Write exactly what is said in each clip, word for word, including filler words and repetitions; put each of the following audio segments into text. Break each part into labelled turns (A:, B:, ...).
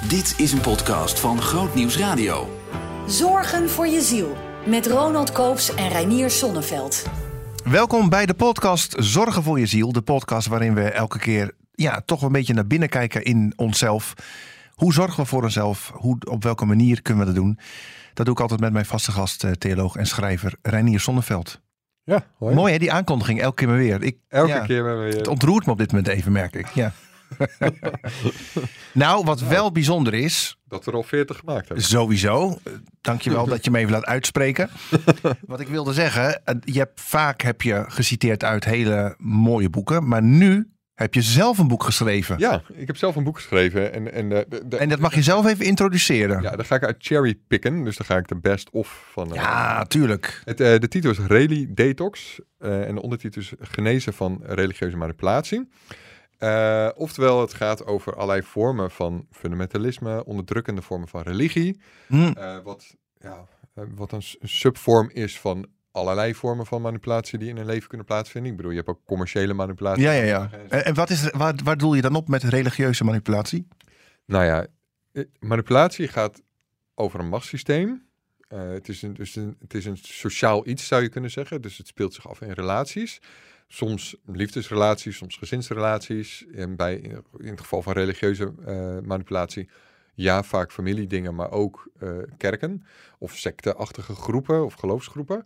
A: Dit is een podcast van Groot Nieuws Radio.
B: Zorgen voor je ziel. Met Ronald Koops en Reinier Sonneveld.
C: Welkom bij de podcast Zorgen voor je ziel. De podcast waarin we elke keer ja, toch een beetje naar binnen kijken in onszelf. Hoe zorgen we voor onszelf? Hoe, op welke manier kunnen we dat doen? Dat doe ik altijd met mijn vaste gast, theoloog en schrijver Reinier Sonneveld.
D: Ja, hoi.
C: Mooi hè, die aankondiging, elke keer maar weer. Ik,
D: Elke
C: ja,
D: keer maar weer.
C: Het ontroert me op dit moment even, merk ik. Ja. Nou, wat nou, wel bijzonder is...
D: Dat we er al veertig gemaakt hebben.
C: Sowieso. Dankjewel dat je me even laat uitspreken. Wat ik wilde zeggen, je hebt, vaak heb je geciteerd uit hele mooie boeken. Maar nu heb je zelf een boek geschreven.
D: Ja, ik heb zelf een boek geschreven. En, en, de, de, de,
C: en dat mag je zelf even introduceren.
D: Ja, dan ga ik uit cherrypicken. Dus dan ga ik de best of van...
C: Ja, uh, tuurlijk.
D: Het, uh, de titel is Reli Detox. Uh, en de ondertitel is Genezen van religieuze manipulatie. Uh, oftewel, het gaat over allerlei vormen van fundamentalisme, onderdrukkende vormen van religie. Mm. Uh, wat, ja, uh, wat een subvorm is van allerlei vormen van manipulatie die in een leven kunnen plaatsvinden. Ik bedoel, je hebt ook commerciële manipulatie.
C: Ja, ja, ja. En, en wat is, waar, waar doel je dan op met religieuze manipulatie?
D: Nou ja, manipulatie gaat over een machtssysteem. Uh, het, is een, dus een, het is een sociaal iets, zou je kunnen zeggen. Dus het speelt zich af in relaties. Soms liefdesrelaties, soms gezinsrelaties. En bij, in het geval van religieuze uh, manipulatie, ja, vaak familiedingen, maar ook uh, kerken of secteachtige groepen of geloofsgroepen.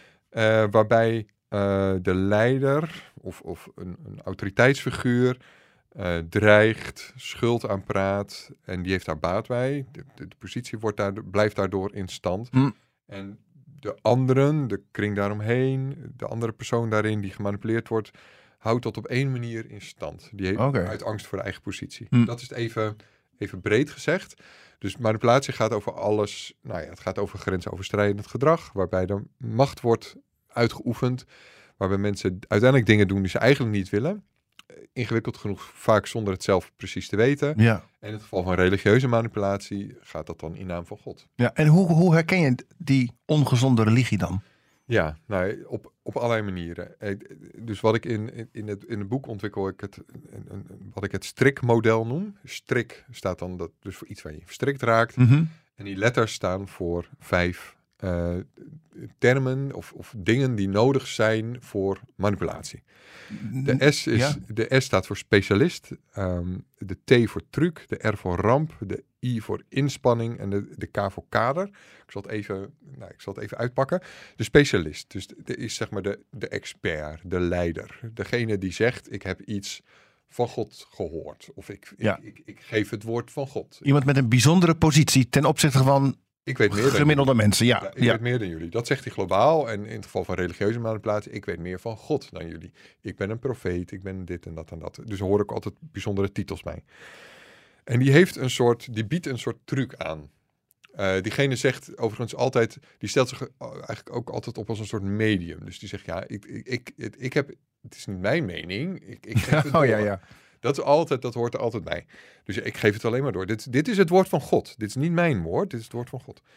D: Uh, waarbij uh, de leider of, of een, een autoriteitsfiguur uh, dreigt, schuld aanpraat en die heeft daar baat bij. De, de, de positie wordt daar, blijft daardoor in stand. Hm. En de anderen, de kring daaromheen, de andere persoon daarin die gemanipuleerd wordt, houdt dat op één manier in stand. Die heeft okay. uit angst voor de eigen positie. Hm. Dat is het even, even breed gezegd. Dus manipulatie gaat over alles. Nou ja, het gaat over grensoverschrijdend gedrag, waarbij de macht wordt uitgeoefend, waarbij mensen uiteindelijk dingen doen die ze eigenlijk niet willen. Ingewikkeld genoeg, vaak zonder het zelf precies te weten.
C: Ja.
D: En in het geval van religieuze manipulatie gaat dat dan in naam van God.
C: Ja, en hoe, hoe herken je die ongezonde religie dan?
D: Ja, nou, op, op allerlei manieren. Dus wat ik in, in, het, in het boek ontwikkel, ik het, wat ik het strikmodel noem. Strik staat dan dat, dus voor iets waar je verstrikt raakt. Mm-hmm. En die letters staan voor vijf uh, termen of, of dingen die nodig zijn voor manipulatie. De S, is, ja. de S staat voor specialist, um, de T voor truc, de R voor ramp, de I voor inspanning en de, de K voor kader. Ik zal het even, nou, ik zal het even uitpakken. De specialist, dus de, is zeg maar de, de expert, de leider. Degene die zegt, ik heb iets van God gehoord. Of ik, ja. ik, ik, ik geef het woord van God.
C: Iemand met een bijzondere positie ten opzichte van...
D: Ik weet meer
C: gemiddelde mensen, ja.
D: ja ik ja. weet meer dan jullie. Dat zegt hij globaal. En in het geval van religieuze manipulatie, ik weet meer van God dan jullie. Ik ben een profeet, ik ben dit en dat en dat. Dus hoor ik altijd bijzondere titels bij. En die heeft een soort, die biedt een soort truc aan. Uh, diegene zegt overigens altijd, die stelt zich eigenlijk ook altijd op als een soort medium. Dus die zegt, ja, ik, ik, ik, ik, ik heb, het is niet mijn mening. Ik, ik geef het
C: oh ja, ja.
D: Dat is altijd, dat hoort er altijd bij. Dus ik geef het alleen maar door. Dit, dit is het woord van God. Dit is niet mijn woord, dit is het woord van God.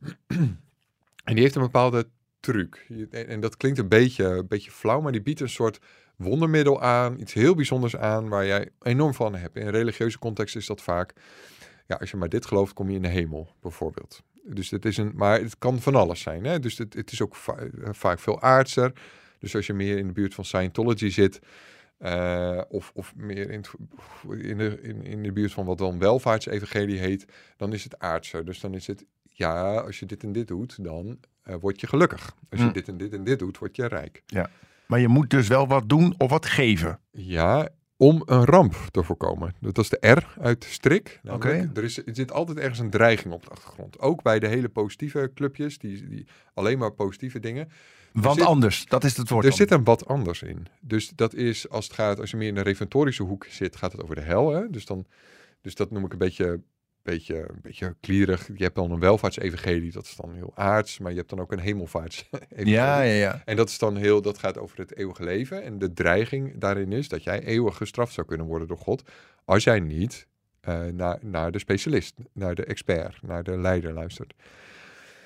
D: En die heeft een bepaalde truc. En dat klinkt een beetje, een beetje flauw, maar die biedt een soort wondermiddel aan, iets heel bijzonders aan, waar jij enorm van hebt. In een religieuze context is dat vaak, ja, als je maar dit gelooft, kom je in de hemel, bijvoorbeeld. Dus het is een, maar het kan van alles zijn. Hè? Dus het, het is ook va- vaak veel aardser. Dus als je meer in de buurt van Scientology zit, Uh, of, of meer in, in, de, in, in de buurt van wat dan welvaartsevangelie heet, dan is het aardser. Dus dan is het, ja, als je dit en dit doet, dan uh, word je gelukkig. Als je hm. dit en dit en dit doet, word je rijk.
C: Ja. Maar je moet dus wel wat doen of wat geven.
D: Ja, om een ramp te voorkomen. Dat is de R uit strik.
C: Okay.
D: Er, is, er zit altijd ergens een dreiging op de achtergrond. Ook bij de hele positieve clubjes, die, die alleen maar positieve dingen.
C: Want zit, anders, dat is het woord.
D: Er
C: dan.
D: zit een wat anders in. Dus dat is, als het gaat, als je meer in de reventorische hoek zit, gaat het over de hel. Hè? Dus, dan, dus dat noem ik een beetje, beetje, een beetje klierig. Je hebt dan een welvaartsevangelie, dat is dan heel aards. Maar je hebt dan ook een hemelvaartsevangelie.
C: Ja, ja, ja.
D: En dat is dan heel, dat gaat over het eeuwige leven. En de dreiging daarin is dat jij eeuwig gestraft zou kunnen worden door God, als jij niet uh, naar, naar de specialist, naar de expert, naar de leider luistert.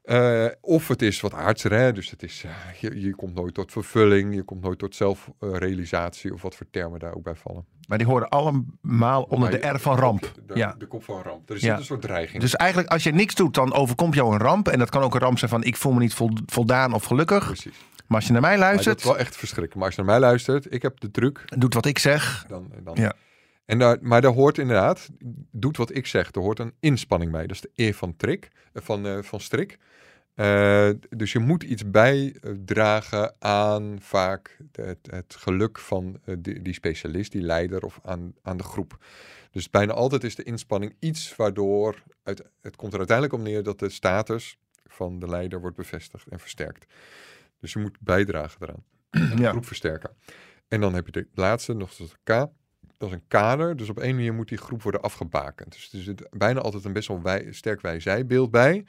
D: Uh, of het is wat aardser, hè? Dus het is, uh, je, je komt nooit tot vervulling, je komt nooit tot zelfrealisatie, uh, of wat voor termen daar ook bij vallen.
C: Maar die horen allemaal onder de R van ramp.
D: De,
C: ja.
D: de kop van ramp. Er is
C: ja.
D: een soort dreiging.
C: Dus eigenlijk als je niks doet, dan overkomt jou een ramp. En dat kan ook een ramp zijn van ik voel me niet voldaan of gelukkig.
D: Precies.
C: Maar als je naar mij luistert...
D: Maar dat is wel echt verschrikkelijk. Maar als je naar mij luistert, ik heb de truc.
C: Doet wat ik zeg.
D: Dan, dan.
C: Ja.
D: En daar, maar daar hoort inderdaad, doet wat ik zeg, er hoort een inspanning bij. Dat is de E van, trik, van, uh, van strik. Uh, dus je moet iets bijdragen aan vaak het, het geluk van uh, die, die specialist, die leider of aan, aan de groep. Dus bijna altijd is de inspanning iets waardoor het, het komt er uiteindelijk om neer dat de status van de leider wordt bevestigd en versterkt. Dus je moet bijdragen eraan. En de
C: ja.
D: groep versterken. En dan heb je de laatste, nog zoals K. Dat is een kader. Dus op één manier moet die groep worden afgebakend. Dus er zit bijna altijd een best wel wij, sterk wij-zij-beeld bij.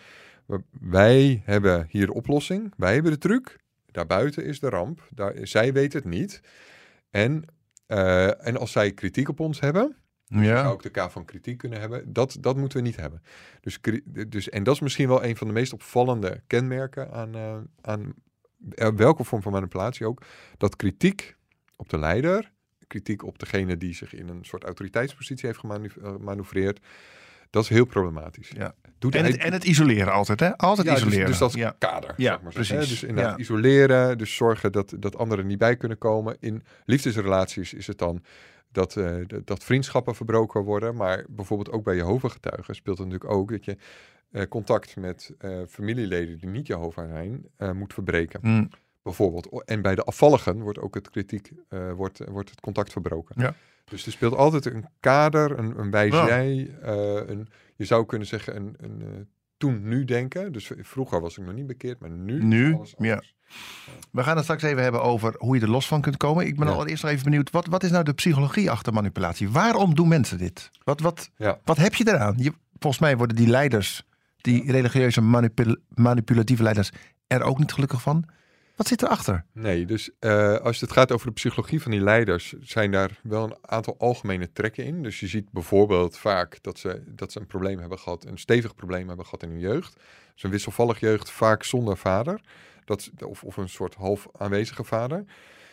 D: Wij hebben hier de oplossing. Wij hebben de truc. Daarbuiten is de ramp. Daar, zij weten het niet. En, uh, en als zij kritiek op ons hebben...
C: Ja.
D: zou ook de K van kritiek kunnen hebben. Dat, dat moeten we niet hebben. Dus, dus, en dat is misschien wel een van de meest opvallende kenmerken aan, uh, aan uh, welke vorm van manipulatie ook. Dat kritiek op de leider, kritiek op degene die zich in een soort autoriteitspositie heeft gemanoeuvreerd, dat is heel problematisch.
C: Ja.
D: Doet
C: en, het, en het isoleren altijd, hè? Altijd
D: ja,
C: isoleren.
D: Dus, dus dat is
C: ja.
D: kader.
C: Ja,
D: zeg maar
C: precies.
D: Zo, hè? Dus inderdaad
C: ja.
D: isoleren, dus zorgen dat, dat anderen niet bij kunnen komen. In liefdesrelaties is het dan dat, uh, dat vriendschappen verbroken worden. Maar bijvoorbeeld ook bij Jehovah-getuigen speelt het natuurlijk ook dat je uh, contact met uh, familieleden die niet Jehovah zijn, uh, moet verbreken.
C: Mm.
D: Bijvoorbeeld. En bij de afvalligen wordt ook het kritiek, uh, wordt, wordt het contact verbroken.
C: Ja.
D: Dus er speelt altijd een kader, een, een wij-zij, uh, een, je zou kunnen zeggen een, een uh, toen-nu denken. Dus vroeger was ik nog niet bekeerd, maar nu,
C: nu
D: is alles anders.
C: Ja. We gaan het straks even hebben over hoe je er los van kunt komen. Ik ben ja. allereerst nog even benieuwd, wat, wat is nou de psychologie achter manipulatie? Waarom doen mensen dit? Wat, wat, ja. wat heb je eraan? Je, volgens mij worden die leiders, die ja. religieuze manipul- manipulatieve leiders, er ook niet gelukkig van. Wat zit erachter?
D: Nee, dus uh, als het gaat over de psychologie van die leiders, zijn daar wel een aantal algemene trekken in. Dus je ziet bijvoorbeeld vaak dat ze, dat ze een probleem hebben gehad, een stevig probleem hebben gehad in hun jeugd. Dus een wisselvallig jeugd, vaak zonder vader. Dat, of, of een soort half aanwezige vader.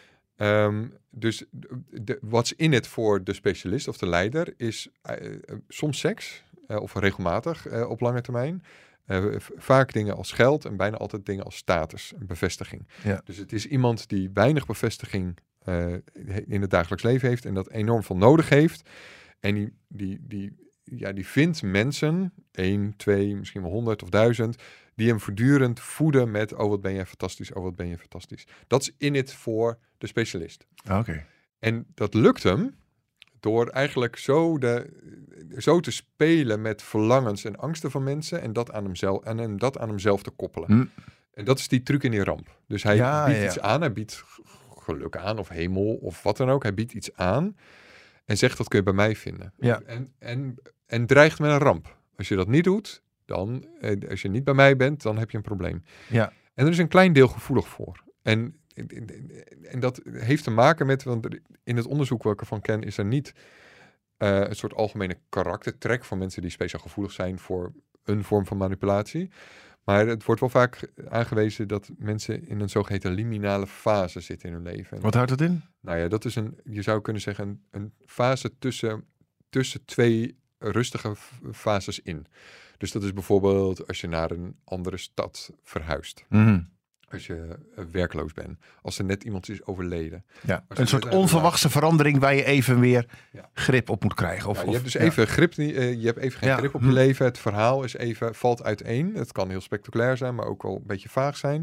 D: Um, dus what's in it voor de specialist of de leider is uh, uh, soms seks, uh, of regelmatig uh, op lange termijn. Uh, vaak dingen als geld en bijna altijd dingen als status en bevestiging.
C: Ja.
D: Dus het is iemand die weinig bevestiging uh, in het dagelijks leven heeft en dat enorm veel nodig heeft. En die, die, die, ja, die vindt mensen, één, twee, misschien wel honderd of duizend, die hem voortdurend voeden met, oh wat ben jij fantastisch, oh wat ben je fantastisch. Dat is in het voor de specialist.
C: Oké. Okay.
D: En dat lukt hem door eigenlijk zo, de, zo te spelen met verlangens en angsten van mensen en dat aan hemzelf, en, en dat aan hemzelf te koppelen. Hm. En dat is die truc in die ramp. Dus hij
C: ja,
D: biedt
C: ja.
D: iets aan, hij biedt geluk aan of hemel of wat dan ook. Hij biedt iets aan en zegt dat kun je bij mij vinden.
C: Ja.
D: En, en, en dreigt met een ramp. Als je dat niet doet, dan, als je niet bij mij bent, dan heb je een probleem.
C: Ja.
D: En er is een klein deel gevoelig voor. En, en dat heeft te maken met, want in het onderzoek wat ik ervan ken, is er niet uh, een soort algemene karaktertrek van mensen die speciaal gevoelig zijn voor een vorm van manipulatie. Maar het wordt wel vaak aangewezen dat mensen in een zogeheten liminale fase zitten in hun leven.
C: Wat houdt het in?
D: Nou ja, dat is een, je zou kunnen zeggen, een, een fase tussen, tussen twee rustige fases in. Dus dat is bijvoorbeeld als je naar een andere stad verhuist.
C: Mm-hmm.
D: Als je uh, werkloos bent. Als er net iemand is overleden.
C: Ja, een soort onverwachte verandering waar je even weer ja. grip op moet krijgen. Of,
D: ja, je
C: of,
D: hebt dus
C: ja.
D: even grip, uh, je hebt even geen
C: ja.
D: grip op je leven. Het verhaal is even, valt uiteen. Het kan heel spectaculair zijn, maar ook wel een beetje vaag zijn.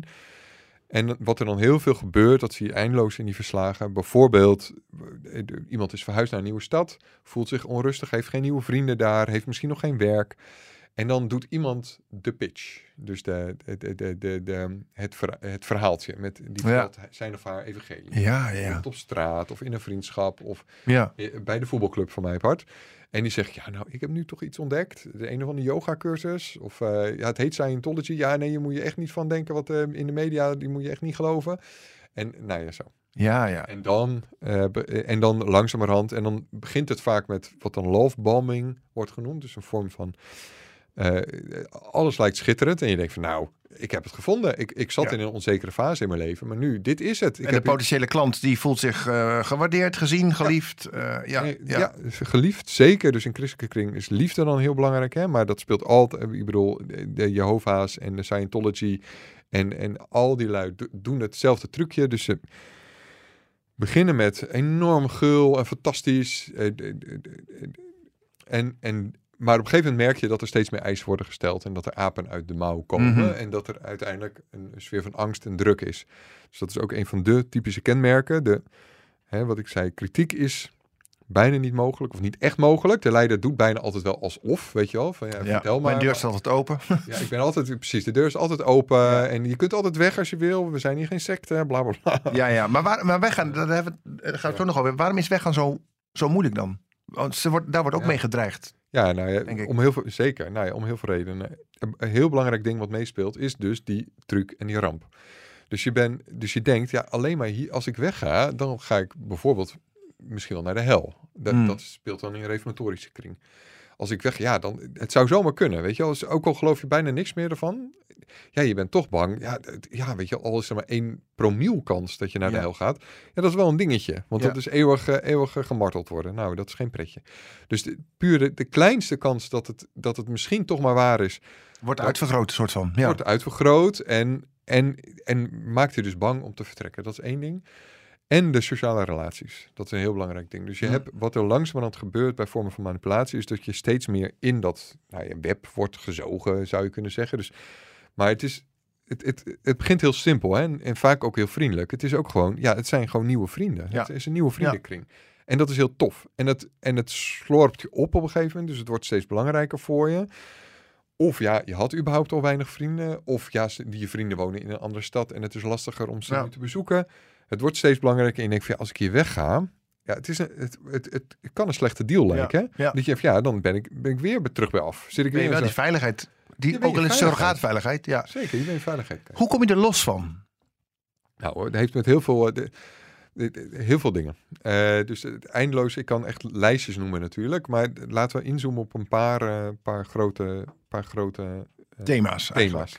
D: En wat er dan heel veel gebeurt, dat zie je eindeloos in die verslagen. Bijvoorbeeld, iemand is verhuisd naar een nieuwe stad, voelt zich onrustig, heeft geen nieuwe vrienden daar, heeft misschien nog geen werk. En dan doet iemand de pitch. Dus de, de, de, de, de, de, het, ver, het verhaaltje met die vertelt ja. zijn of haar evangelie.
C: Ja, ja.
D: Op straat of in een vriendschap of
C: ja.
D: bij de voetbalclub van mij apart. En die zegt, ja nou, ik heb nu toch iets ontdekt. De een of andere yoga cursus. Of uh, ja, het heet Scientology. Ja, nee, je moet je echt niet van denken wat uh, in de media, die moet je echt niet geloven. En nou ja, zo.
C: Ja, ja.
D: En dan, uh, be- en dan langzamerhand, en dan begint het vaak met wat dan love bombing wordt genoemd. Dus een vorm van Uh, alles lijkt schitterend en je denkt van nou, ik heb het gevonden. Ik, ik zat ja. in een onzekere fase in mijn leven, maar nu, dit is het. Ik
C: en
D: heb
C: de potentiële klant die voelt zich uh, gewaardeerd, gezien, geliefd. Ja. Uh, ja,
D: nee,
C: ja.
D: ja, geliefd, zeker. Dus in christelijke kring is liefde dan heel belangrijk, hè? Maar dat speelt altijd, ik bedoel, de Jehovah's en de Scientology en, en al die lui doen hetzelfde trucje. Dus ze beginnen met enorm gul en fantastisch. En, en Maar op een gegeven moment merk je dat er steeds meer eisen worden gesteld en dat er apen uit de mouw komen mm-hmm. en dat er uiteindelijk een, een sfeer van angst en druk is. Dus dat is ook een van de typische kenmerken. De, hè, wat ik zei, kritiek is bijna niet mogelijk of niet echt mogelijk. De leider doet bijna altijd wel alsof, weet je wel. Van, ja,
C: ja,
D: vertel maar.
C: Mijn deur is altijd open.
D: Ja, ik ben altijd, precies, de deur is altijd open ja. en je kunt altijd weg als je wil. We zijn hier geen secte, bla bla bla.
C: Ja, ja, maar, waar, maar weggaan, daar hebben we, daar gaan we ja. toch nog over. Waarom is weggaan zo, zo moeilijk dan? Want ze wordt, daar wordt ook ja. mee gedreigd.
D: Ja, nou ja, om heel veel, zeker. Nou ja, om heel veel redenen. Een heel belangrijk ding wat meespeelt is dus die truc en die ramp. Dus je, ben, dus je denkt, ja, alleen maar hier, als ik wegga, dan ga ik bijvoorbeeld misschien wel naar de hel. Dat, mm. dat speelt dan in een reformatorische kring. Als ik weg, ja, dan, het zou zomaar kunnen, weet je wel. Dus ook al geloof je bijna niks meer ervan, ja, je bent toch bang. Ja, ja weet je, al is er maar één promiel kans dat je naar de ja. hel gaat. Ja, dat is wel een dingetje. Want ja. dat is eeuwig, uh, eeuwig uh, gemarteld worden. Nou, dat is geen pretje. Dus de, puur de, de kleinste kans dat het, dat het misschien toch maar waar is.
C: Wordt uitvergroot, een soort van. Ja.
D: Wordt uitvergroot en, en, en maakt je dus bang om te vertrekken. Dat is één ding. En de sociale relaties. Dat is een heel belangrijk ding. Dus je ja. hebt, wat er langzamerhand gebeurt bij vormen van manipulatie, is dat je steeds meer in dat nou ja, web wordt gezogen, zou je kunnen zeggen. Dus, maar het is, het, het, het begint heel simpel hè? En, en vaak ook heel vriendelijk. Het is ook gewoon, ja, het zijn gewoon nieuwe vrienden. Ja. Het is een nieuwe vriendenkring. Ja. En dat is heel tof. En het, en het slorpt je op op een gegeven moment. Dus het wordt steeds belangrijker voor je. Of ja, je had überhaupt al weinig vrienden. Of ja, die vrienden wonen in een andere stad en het is lastiger om ze ja. nu te bezoeken. Het wordt steeds belangrijker en je denkt van ja, als ik hier wegga, ja, het, is een, het, het, het, het kan een slechte deal lijken. Ja, ja. Dat je hebt, ja, dan ben ik, ben ik weer terug bij af. Zit ik
C: ben
D: weer
C: je wel die veiligheid, die ook al een surrogaatveiligheid. Ja.
D: Zeker, je bent veiligheid. Krijgen.
C: Hoe kom je er los van?
D: Nou, het heeft met heel veel, de, de, de, heel veel dingen. Uh, dus het eindeloos, ik kan echt lijstjes noemen natuurlijk, maar laten we inzoomen op een paar, uh, paar grote, paar grote uh,
C: thema's.
D: thema's.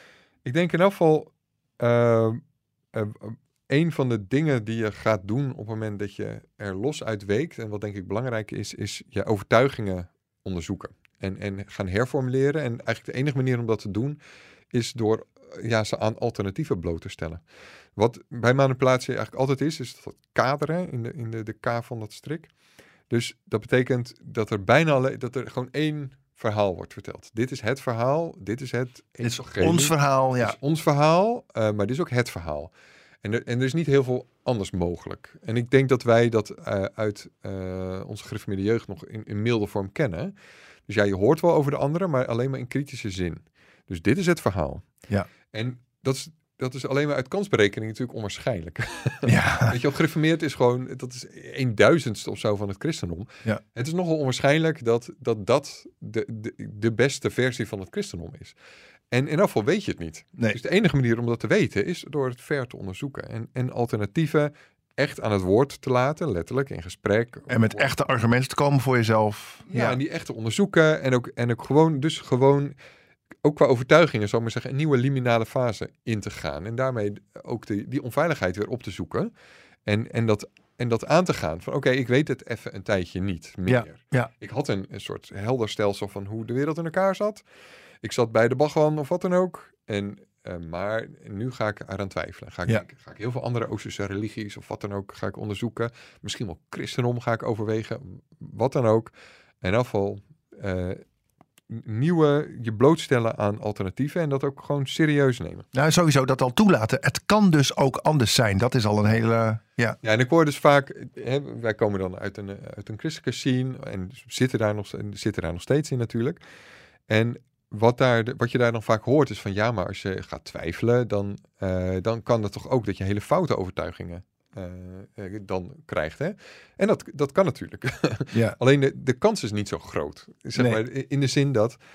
D: Ik denk in elk geval, uh, uh, een van de dingen die je gaat doen op het moment dat je er los uit weekt, en wat denk ik belangrijk is, is je overtuigingen onderzoeken. En, en gaan herformuleren. En eigenlijk de enige manier om dat te doen, is door ja, ze aan alternatieven bloot te stellen. Wat bij manipulatie eigenlijk altijd is, is dat kaderen in de, in de, de K van dat strik. Dus dat betekent dat er bijna alle, dat er gewoon één verhaal wordt verteld. Dit is het verhaal, dit is het...
C: Dit is ons verhaal, ja.
D: Dit is ons verhaal, uh, maar dit is ook het verhaal. En er, en er is niet heel veel anders mogelijk. En ik denk dat wij dat uh, uit uh, onze gereformeerde jeugd nog in, in milde vorm kennen. Dus ja, je hoort wel over de anderen, maar alleen maar in kritische zin. Dus dit is het verhaal.
C: Ja.
D: En dat is, dat is alleen maar uit kansberekening natuurlijk onwaarschijnlijk.
C: Ja.
D: Weet je wel, gereformeerd is gewoon, dat is een duizendste of zo van het christendom.
C: Ja.
D: Het is nogal onwaarschijnlijk dat dat, dat de, de, de beste versie van het christendom is. En in elk geval weet je het niet.
C: Nee.
D: Dus de enige manier om dat te weten is door het ver te onderzoeken. En, en alternatieven echt aan het woord te laten, letterlijk in gesprek.
C: En met echte argumenten te komen voor jezelf.
D: Ja, ja. En die echt te onderzoeken. En ook, en ook gewoon, dus gewoon, ook qua overtuigingen, zal ik maar zeggen, een nieuwe liminale fase in te gaan. En daarmee ook die, die onveiligheid weer op te zoeken. En, en dat... En dat aan te gaan van oké, okay, ik weet het even een tijdje niet meer.
C: Ja, ja.
D: Ik had een, een soort helder stelsel van hoe de wereld in elkaar zat. Ik zat bij de Bhagwan of wat dan ook. En, uh, maar nu ga ik eraan twijfelen. Ga ik,
C: ja.
D: ga ik heel veel andere Oosterse religies of wat dan ook ga ik onderzoeken. Misschien wel christendom ga ik overwegen. Wat dan ook. En in ieder geval uh, nieuwe, je blootstellen aan alternatieven en dat ook gewoon serieus nemen.
C: Nou, sowieso dat al toelaten. Het kan dus ook anders zijn. Dat is al een hele... Ja,
D: ja en ik hoor dus vaak... Hè, wij komen dan uit een, uit een christelijke scene en zitten daar, nog, zitten daar nog steeds in natuurlijk. En wat, daar, wat je daar dan vaak hoort is van ja, maar als je gaat twijfelen, dan, uh, dan kan het toch ook dat je hele foute overtuigingen Uh, dan krijgt. Hè? En dat, dat kan natuurlijk.
C: Ja.
D: Alleen de, de kans is niet zo groot. Zeg
C: nee.
D: maar, in de zin dat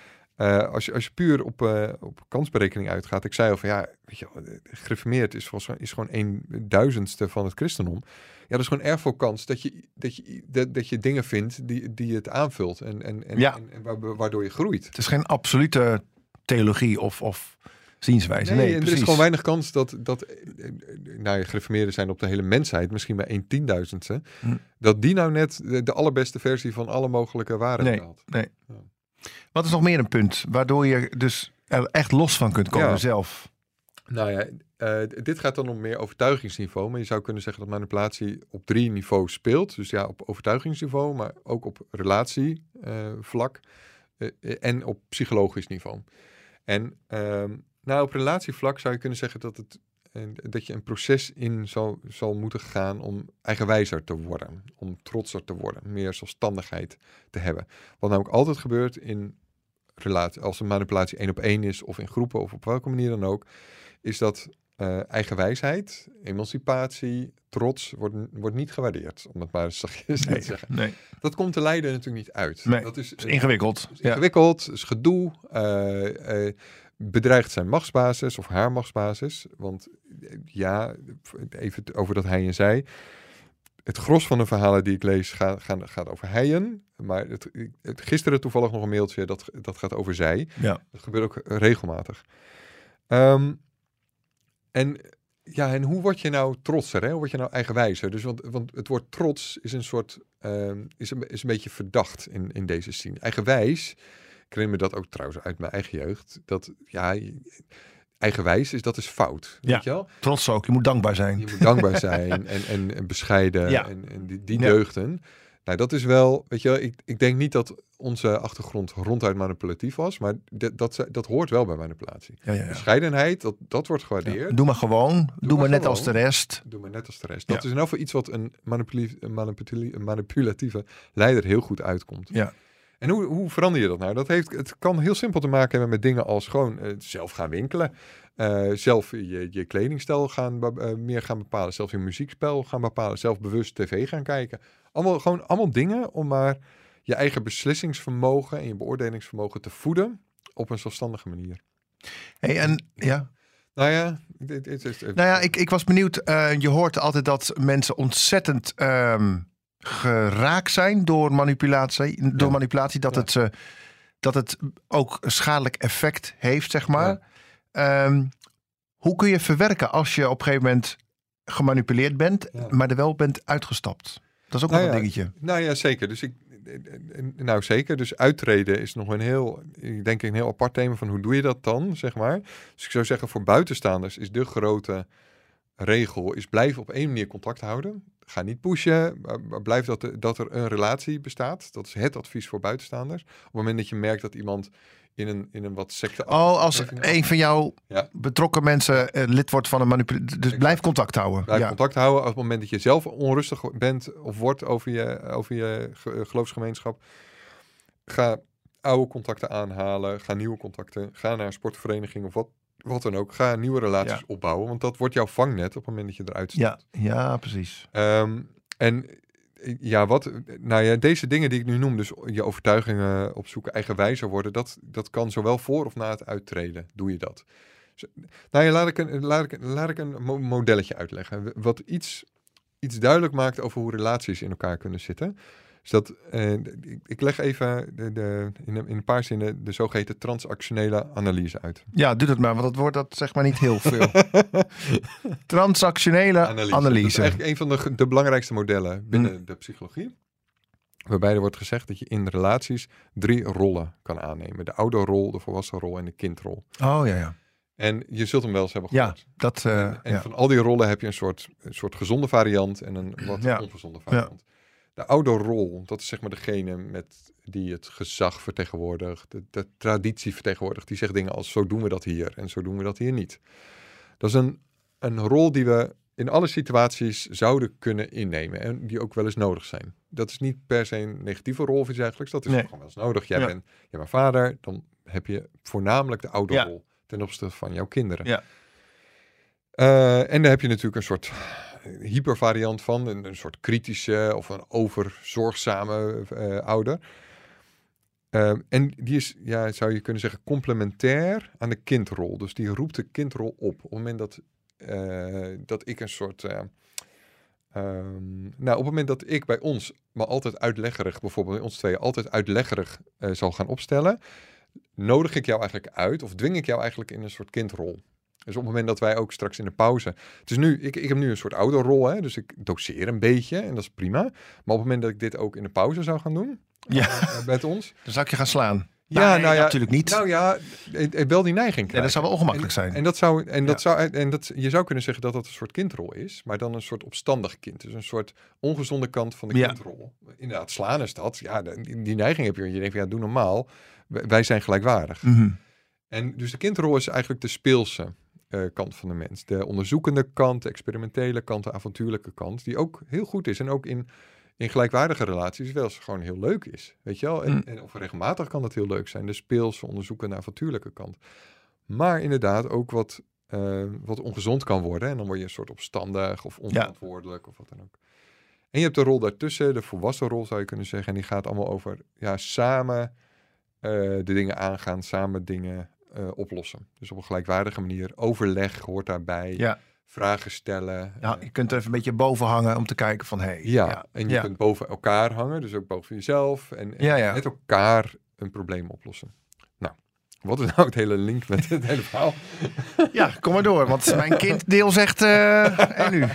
D: Uh, als, je, als je puur op, uh, op kansberekening uitgaat. Ik zei al van ja, weet je, gereformeerd is, is gewoon een duizendste van het christendom. Ja, dat is gewoon erg veel kans dat je, dat je, dat, dat je dingen vindt die, die het aanvult. En, en, en,
C: ja.
D: en, en waardoor je groeit.
C: Het is geen absolute theologie of... of... zienswijze.
D: Nee,
C: nee
D: en er is gewoon weinig kans dat, dat nou ja, gereformeerden zijn op de hele mensheid, misschien bij een tienduizendste, hm. dat die nou net de, de allerbeste versie van alle mogelijke waarheden
C: nee,
D: had.
C: Nee.
D: Ja.
C: Wat is nog meer een punt waardoor je dus er echt los van kunt komen
D: ja.
C: zelf?
D: Nou ja, uh, dit gaat dan om meer overtuigingsniveau, maar je zou kunnen zeggen dat manipulatie op drie niveaus speelt. Dus ja, op overtuigingsniveau, maar ook op relatievlak uh, uh, en op psychologisch niveau. En uh, nou, op relatievlak zou je kunnen zeggen dat, het, dat je een proces in zal, zal moeten gaan om eigenwijzer te worden. Om trotser te worden. Meer zelfstandigheid te hebben. Wat namelijk altijd gebeurt in relatie, als een manipulatie één op één is of in groepen of op welke manier dan ook, is dat uh, eigenwijsheid, emancipatie, trots wordt, wordt niet gewaardeerd. Om het maar eens zachtjes
C: nee,
D: te zeggen.
C: Nee.
D: Dat komt de leider natuurlijk niet uit.
C: Nee,
D: dat is,
C: is ingewikkeld.
D: is ingewikkeld, ja. is gedoe. Uh, uh, bedreigt zijn machtsbasis of haar machtsbasis. Want ja, even over dat hij en zij. Het gros van de verhalen die ik lees gaat, gaat, gaat over heien. Maar het, het, gisteren toevallig nog een mailtje dat, dat gaat over zij.
C: Ja.
D: Dat gebeurt ook regelmatig. Um, en ja, en hoe word je nou trotser? Hè? Hoe word je nou eigenwijzer? Dus want, want het woord trots is een soort um, is, een, is een beetje verdacht in, in deze scene. Eigenwijs. Ik herinner me dat ook trouwens uit mijn eigen jeugd. Dat ja, eigenwijs is dat is fout.
C: Ja,
D: weet je wel?
C: Trots ook. Je moet dankbaar zijn.
D: Je moet dankbaar zijn en, en, en bescheiden
C: ja.
D: en, en die, die deugden. Ja. Nou, dat is wel, weet je wel, ik, ik denk niet dat onze achtergrond ronduit manipulatief was, maar dat, dat, dat hoort wel bij manipulatie.
C: Ja, ja, ja.
D: Bescheidenheid, dat, dat wordt gewaardeerd.
C: Ja, doe maar gewoon. Doe, doe maar, maar net gewoon. als de rest.
D: Doe maar net als de rest. Dat ja. is in ieder geval iets wat een, manipuli- een, manipuli- een manipulatieve leider heel goed uitkomt.
C: Ja.
D: En hoe, hoe verander je dat nou? Dat heeft, het kan heel simpel te maken hebben met dingen als gewoon uh, zelf gaan winkelen. Uh, zelf je, je kledingstijl gaan, uh, meer gaan bepalen. Zelf je muziekspel gaan bepalen. Zelf bewust tv gaan kijken. Allemaal, gewoon allemaal dingen om maar je eigen beslissingsvermogen en je beoordelingsvermogen te voeden op een zelfstandige manier.
C: Hey, en ja...
D: Nou ja, het, het, het,
C: nou ja ik, ik was benieuwd. Uh, je hoort altijd dat mensen ontzettend... Um... geraakt zijn door manipulatie, door
D: ja.
C: manipulatie dat,
D: ja.
C: het, uh, dat het ook een schadelijk effect heeft, zeg maar. Ja. Um, hoe kun je verwerken als je op een gegeven moment gemanipuleerd bent, ja. maar er wel bent uitgestapt? Dat is ook
D: nou
C: nog
D: ja,
C: een dingetje.
D: Nou ja, zeker. Dus ik, nou zeker. Dus uittreden is nog een heel, ik denk een heel apart thema van hoe doe je dat dan, zeg maar. Dus ik zou zeggen, voor buitenstaanders is de grote regel is blijf op één manier contact houden. Ga niet pushen, maar blijf dat, er, dat er een relatie bestaat. Dat is het advies voor buitenstaanders. Op het moment dat je merkt dat iemand in een, in een wat secte...
C: Oh, als een van jouw ja. betrokken mensen uh, lid wordt van een manipulatie. Dus exact. Blijf contact houden.
D: Blijf
C: ja.
D: contact houden. Op het moment dat je zelf onrustig bent of wordt over je, over je geloofsgemeenschap. Ga oude contacten aanhalen. Ga nieuwe contacten. Ga naar een sportvereniging of wat. Wat dan ook, ga nieuwe relaties ja. opbouwen. Want dat wordt jouw vangnet op het moment dat je eruit staat.
C: Ja, ja precies.
D: Um, en ja, wat, nou ja, deze dingen die ik nu noem, dus je overtuigingen opzoeken, eigenwijzer worden, dat, dat kan zowel voor of na het uittreden, doe je dat. Dus, nou ja, laat ik een, laat ik, laat ik een modelletje uitleggen. Wat iets, iets duidelijk maakt over hoe relaties in elkaar kunnen zitten. Dus dat, uh, ik leg even de, de, in, een, in een paar zinnen de zogeheten transactionele analyse uit.
C: Ja, doe dat maar, want dat woord dat zeg maar niet heel veel. Transactionele analyse. analyse.
D: Dat is eigenlijk een van de, de belangrijkste modellen binnen hmm. de psychologie. Waarbij er wordt gezegd dat je in relaties drie rollen kan aannemen. De ouderrol, de volwassenrol en de kindrol.
C: Oh ja, ja.
D: En je zult hem wel eens hebben gehoord.
C: Ja, dat, uh,
D: en en
C: ja.
D: van al die rollen heb je een soort, een soort gezonde variant en een wat ja. ongezonde variant. Ja. De ouderrol, dat is zeg maar degene met die het gezag vertegenwoordigt, de, de traditie vertegenwoordigt. Die zegt dingen als zo doen we dat hier en zo doen we dat hier niet. Dat is een, een rol die we in alle situaties zouden kunnen innemen en die ook wel eens nodig zijn. Dat is niet per se een negatieve rol of iets dergelijks. Dat is nee. gewoon wel eens nodig. Jij, ja. bent, jij bent vader, dan heb je voornamelijk de ouderrol ja. ten opzichte van jouw kinderen.
C: Ja.
D: Uh, en daar heb je natuurlijk een soort hypervariant van, een, een soort kritische of een overzorgzame uh, ouder. Uh, en die is, ja, zou je kunnen zeggen, complementair aan de kindrol. Dus die roept de kindrol op. Op het moment dat, uh, dat ik een soort... Uh, um, nou, op het moment dat ik bij ons maar altijd uitleggerig, bijvoorbeeld bij ons tweeën, altijd uitleggerig uh, zal gaan opstellen, nodig ik jou eigenlijk uit, of dwing ik jou eigenlijk in een soort kindrol. Dus op het moment dat wij ook straks in de pauze... Het is nu, ik, ik heb nu een soort ouderrol, hè, dus ik doseer een beetje en dat is prima. Maar op het moment dat ik dit ook in de pauze zou gaan doen,
C: ja.
D: uh, met ons...
C: Dan zou ik je gaan slaan.
D: Ja,
C: nee,
D: nou ja,
C: natuurlijk niet.
D: Nou ja, wel die neiging krijgen.
C: Ja, dat zou wel ongemakkelijk zijn.
D: En, en dat zou, en dat
C: ja.
D: zou, en dat, je zou kunnen zeggen dat dat een soort kindrol is, maar dan een soort opstandig kind. Dus een soort ongezonde kant van de
C: ja.
D: kindrol. Inderdaad, slaan is dat. Ja, die, die neiging heb je. Je denkt, ja, doe normaal. Wij zijn gelijkwaardig.
C: Mm-hmm.
D: En dus de kindrol is eigenlijk de speelse uh, kant van de mens. De onderzoekende kant, de experimentele kant, de avontuurlijke kant, die ook heel goed is. En ook in... in gelijkwaardige relaties wel eens gewoon heel leuk is. Weet je wel? En, mm. en of regelmatig kan dat heel leuk zijn. De speelse, onderzoekende, avontuurlijke kant. Maar inderdaad ook wat, uh, wat ongezond kan worden. En dan word je een soort opstandig of onverantwoordelijk ja. of wat dan ook. En je hebt de rol daartussen, de volwassen rol zou je kunnen zeggen. En die gaat allemaal over ja, samen uh, de dingen aangaan, samen dingen uh, oplossen. Dus op een gelijkwaardige manier. Overleg hoort daarbij.
C: Ja.
D: Vragen stellen.
C: Ja, je kunt er even een beetje boven hangen om te kijken van... Hey,
D: ja,
C: ja,
D: en je
C: ja.
D: kunt boven elkaar hangen, dus ook boven jezelf. En, en
C: ja, ja.
D: met elkaar een probleem oplossen. Nou, wat is nou het hele link met het hele verhaal?
C: Ja, kom maar door, want mijn kinddeel zegt... Uh, en nu?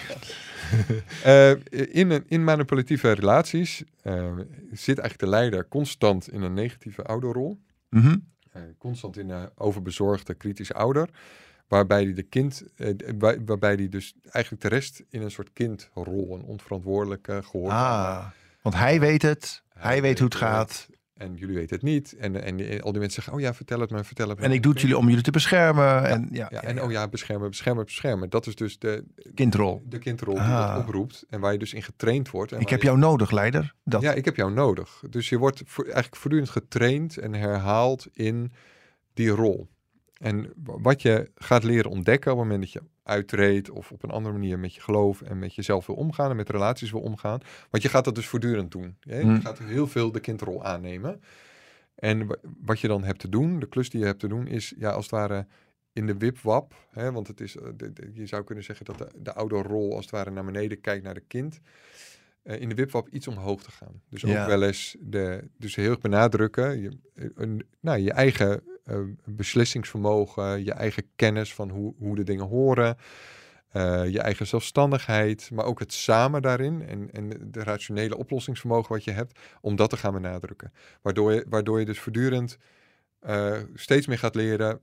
D: uh, in, in manipulatieve relaties uh, zit eigenlijk de leider constant in een negatieve ouderrol.
C: Mm-hmm.
D: Uh, constant in een overbezorgde, kritische ouder. Waarbij die de kind, eh, waar, waarbij die dus eigenlijk de rest in een soort kindrol, een onverantwoordelijke gehoord.
C: Ah, want hij weet het, hij, hij weet, weet hoe het gaat.
D: En jullie weten het niet. En, en, en al die mensen zeggen, oh ja, vertel het me, vertel het me.
C: En ik doe het jullie om jullie te beschermen.
D: Ja,
C: en, ja,
D: ja,
C: ja,
D: en
C: ja.
D: oh ja, beschermen, beschermen, beschermen. Dat is dus de
C: kindrol.
D: De kindrol
C: ah.
D: die dat oproept en waar je dus in getraind wordt. En
C: ik heb
D: je...
C: jou nodig, leider. Dat...
D: Ja, ik heb jou nodig. Dus je wordt voor, eigenlijk voortdurend getraind en herhaald in die rol. En wat je gaat leren ontdekken op het moment dat je uittreedt of op een andere manier met je geloof en met jezelf wil omgaan en met relaties wil omgaan. Want je gaat dat dus voortdurend doen. Hè?
C: Hmm.
D: Je gaat heel veel de kindrol aannemen. En wat je dan hebt te doen, de klus die je hebt te doen, is ja, als het ware in de wipwap. Hè? Want het is, de, de, je zou kunnen zeggen dat de, de oude rol als het ware naar beneden kijkt naar de kind. Uh, in de wipwap iets omhoog te gaan. Dus ook
C: ja.
D: wel eens de, dus heel erg benadrukken. Je, een, nou, je eigen uh, beslissingsvermogen, je eigen kennis van hoe, hoe de dingen horen. Uh, je eigen zelfstandigheid, maar ook het samen daarin. En, en de rationele oplossingsvermogen wat je hebt, om dat te gaan benadrukken. Waardoor je, waardoor je dus voortdurend uh, steeds meer gaat leren.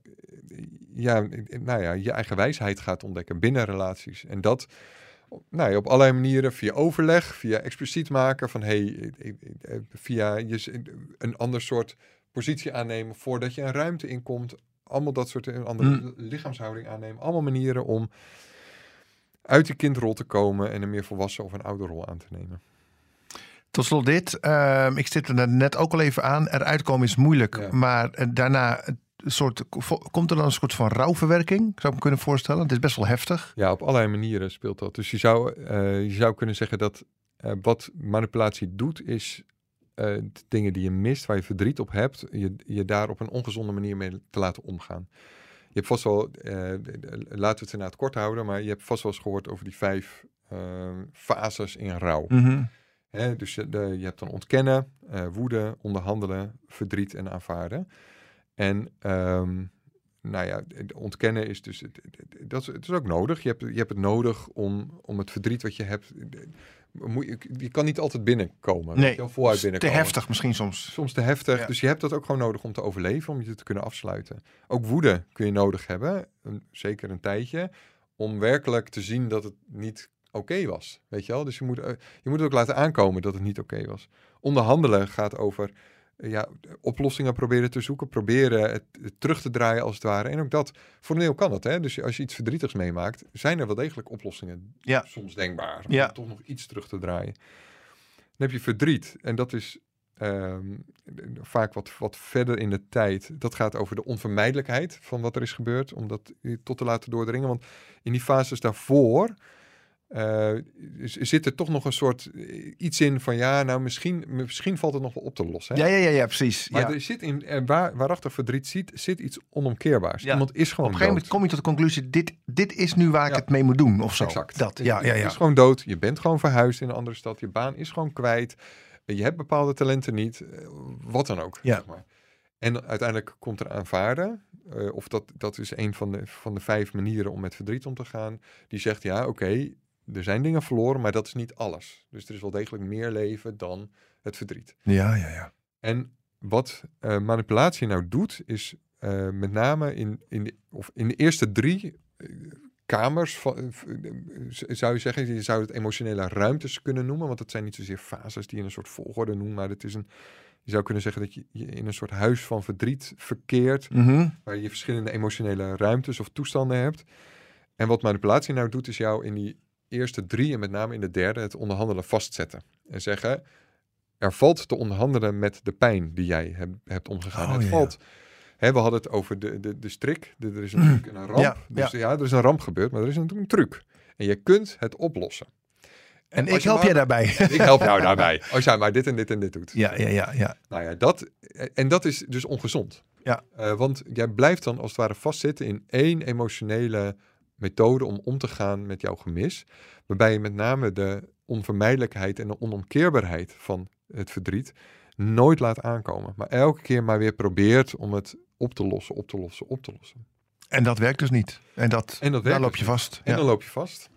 D: Ja, nou ja, je eigen wijsheid gaat ontdekken binnen relaties. En dat... Nou ja, op allerlei manieren, via overleg, via expliciet maken van hey, via je, een ander soort positie aannemen voordat je een ruimte inkomt. Allemaal dat soort, een andere mm. lichaamshouding aannemen. Allemaal manieren om uit die kindrol te komen en een meer volwassen of een ouderrol aan te nemen.
C: Tot slot dit, uh, ik zit er net ook al even aan, eruit komen is moeilijk, ja. maar uh, daarna... Een soort, komt er dan een soort van rouwverwerking? Zou ik me kunnen voorstellen? Het is best wel heftig.
D: Ja, op allerlei manieren speelt dat. Dus je zou, uh, je zou kunnen zeggen dat uh, wat manipulatie doet, is uh, de dingen die je mist, waar je verdriet op hebt, je, je daar op een ongezonde manier mee te laten omgaan. Je hebt vast wel, uh, laten we het inderdaad kort houden, maar je hebt vast wel eens gehoord over die vijf uh, fases in rouw.
C: Mm-hmm.
D: Hè, dus je, de, je hebt dan ontkennen, uh, woede, onderhandelen, verdriet en aanvaarden. En um, nou ja, ontkennen is dus, dat is, het is ook nodig. Je hebt, je hebt het nodig om, om het verdriet wat je hebt, moet je, je kan niet altijd binnenkomen.
C: Nee,
D: je, voluit binnenkomen.
C: Te heftig misschien soms.
D: Soms te heftig, ja. Dus je hebt dat ook gewoon nodig om te overleven, om je te kunnen afsluiten. Ook woede kun je nodig hebben, een, zeker een tijdje, om werkelijk te zien dat het niet oké okay was. Weet je wel? Dus je moet, je moet ook laten aankomen dat het niet oké okay was. Onderhandelen gaat over... Ja, oplossingen proberen te zoeken, proberen het, het terug te draaien als het ware. En ook dat, voor een deel kan het. Hè? Dus als je iets verdrietigs meemaakt, zijn er wel degelijk oplossingen ja. soms denkbaar. Om ja. toch nog iets terug te draaien. Dan heb je verdriet. En dat is um, vaak wat, wat verder in de tijd. Dat gaat over de onvermijdelijkheid van wat er is gebeurd. Om dat tot te laten doordringen. Want in die fases daarvoor Uh, zit er toch nog een soort iets in van ja, nou misschien, misschien valt het nog wel op te lossen. Hè?
C: Ja, ja, ja, ja, precies.
D: Maar
C: ja.
D: er zit in er waar, waarachtig verdriet zit, zit iets onomkeerbaars.
C: Ja.
D: Iemand is gewoon
C: Op een gegeven moment kom je tot de conclusie, dit, dit is nu waar ik
D: ja.
C: het mee moet doen of zo.
D: Exact.
C: Dat, ja, ja, ja.
D: Je is gewoon dood, je bent gewoon verhuisd in een andere stad, je baan is gewoon kwijt, je hebt bepaalde talenten niet, wat dan ook.
C: Ja.
D: Zeg maar. En uiteindelijk komt er aanvaarden, uh, of dat, dat is een van de, van de vijf manieren om met verdriet om te gaan, die zegt ja, oké, okay, er zijn dingen verloren, maar dat is niet alles. Dus er is wel degelijk meer leven dan het verdriet.
C: Ja, ja, ja.
D: En wat uh, manipulatie nou doet, is uh, met name in, in, de, of in de eerste drie uh, kamers, van, uh, zou je zeggen, je zou het emotionele ruimtes kunnen noemen, want het zijn niet zozeer fases die je in een soort volgorde noemen, maar het is een, je zou kunnen zeggen dat je, je in een soort huis van verdriet verkeert,
C: Mm-hmm.
D: waar je verschillende emotionele ruimtes of toestanden hebt. En wat manipulatie nou doet, is jou in die eerste drie en met name in de derde het onderhandelen vastzetten. En zeggen, er valt te onderhandelen met de pijn die jij heb, hebt omgegaan.
C: Oh,
D: het
C: ja.
D: valt, hè, we hadden het over de, de, de strik. De, er is natuurlijk een ramp.
C: Ja,
D: dus
C: ja.
D: ja, er is een ramp gebeurd, maar er is natuurlijk een truc. En je kunt het oplossen.
C: En
D: als
C: ik
D: je
C: help
D: maar-
C: jij daarbij.
D: Ik help jou daarbij. Als jij maar dit en dit en dit doet.
C: Ja, ja, ja, ja.
D: Nou ja, dat, en dat is dus ongezond.
C: Ja.
D: Uh, want jij blijft dan als het ware vastzitten in één emotionele methode om om te gaan met jouw gemis. Waarbij je met name de onvermijdelijkheid en de onomkeerbaarheid van het verdriet nooit laat aankomen. Maar elke keer maar weer probeert om het op te lossen, op te lossen, op te lossen.
C: En dat werkt dus niet. En, dat,
D: En dat
C: daar
D: werkt
C: loop
D: dus
C: je
D: niet.
C: vast.
D: En
C: Ja.
D: dan loop je vast.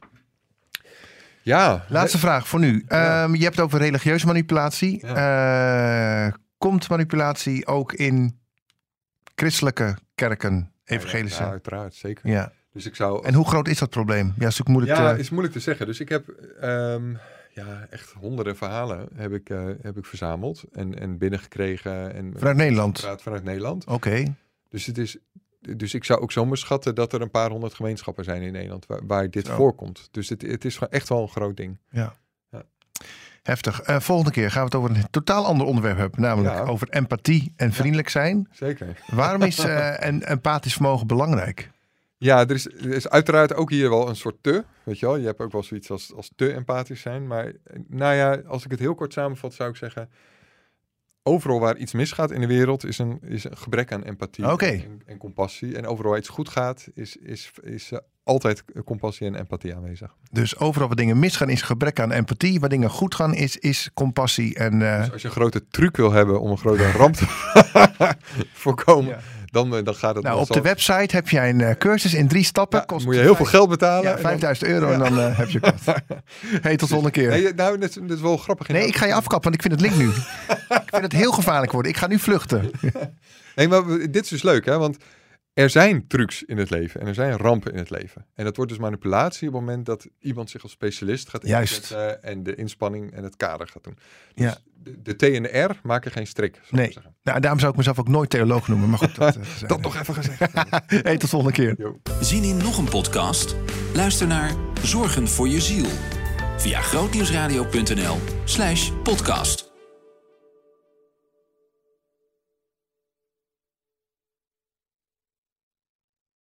D: Ja.
C: Laatste vraag voor nu.
D: Ja.
C: Um, je hebt het over religieuze manipulatie. Uh, komt manipulatie ook in christelijke kerken, evangelische?
D: Ja, ja, uiteraard, zeker.
C: Ja.
D: Dus ik zou...
C: En hoe groot is dat probleem? Ja, is natuurlijk moeilijk
D: Ja,
C: te...
D: is moeilijk te zeggen. Dus ik heb um, ja, echt honderden verhalen heb ik, uh, heb ik verzameld en, en binnengekregen. En,
C: Vanuit Nederland?
D: Vanuit, vanuit Nederland.
C: Oké. Okay.
D: Dus, het is, dus ik zou ook zomaar schatten dat er een paar honderd gemeenschappen zijn in Nederland waar, waar dit
C: Zo.
D: voorkomt. Dus het, het is echt wel een groot ding.
C: Ja.
D: Ja.
C: Heftig. Uh, volgende keer gaan we het over een totaal ander onderwerp hebben. Namelijk
D: Ja.
C: over empathie en vriendelijk zijn.
D: Zeker.
C: Waarom is uh, een empathisch vermogen belangrijk?
D: Ja, er is, er is uiteraard ook hier wel een soort te, weet je wel. Je hebt ook wel zoiets als, als te empathisch zijn. Maar nou ja, als ik het heel kort samenvat, zou ik zeggen, overal waar iets misgaat in de wereld is een, is een gebrek aan empathie
C: okay.
D: en, en compassie. En overal waar iets goed gaat, is, is, is uh, altijd compassie en empathie aanwezig.
C: Dus overal waar dingen misgaan is gebrek aan empathie. Waar dingen goed gaan is, is compassie. En, uh...
D: Dus als je een grote truc wil hebben om een grote ramp te voorkomen, ja. dan, uh, dan gaat het...
C: Nou, op de website heb jij een uh, cursus in drie stappen.
D: Ja,
C: kost
D: moet je heel
C: vijf...
D: veel geld betalen.
C: Ja, vijfduizend euro
D: ja.
C: en dan uh, heb je het. Hey, tot volgende keer.
D: Nee, nou, dat is, dat is wel grappig.
C: Nee, ik ga je afkappen, want ik vind het link nu. Ik vind het heel gevaarlijk worden. Ik ga nu vluchten.
D: Nee, maar dit is dus leuk, hè? Want er zijn trucs in het leven en er zijn rampen in het leven. En dat wordt dus manipulatie op het moment dat iemand zich als specialist gaat inzetten en de inspanning en het kader gaat doen. Dus
C: ja.
D: de, de T en de R maken geen strik.
C: Nee,
D: zeggen.
C: Nou, daarom zou ik mezelf ook nooit theoloog noemen. Maar goed, dat, uh,
D: dat nog even gezegd.
C: Hey, tot volgende keer.
D: Yo.
A: Zien in nog een podcast? Luister naar Zorgen voor je ziel via grootnieuwsradio punt n l slash podcast.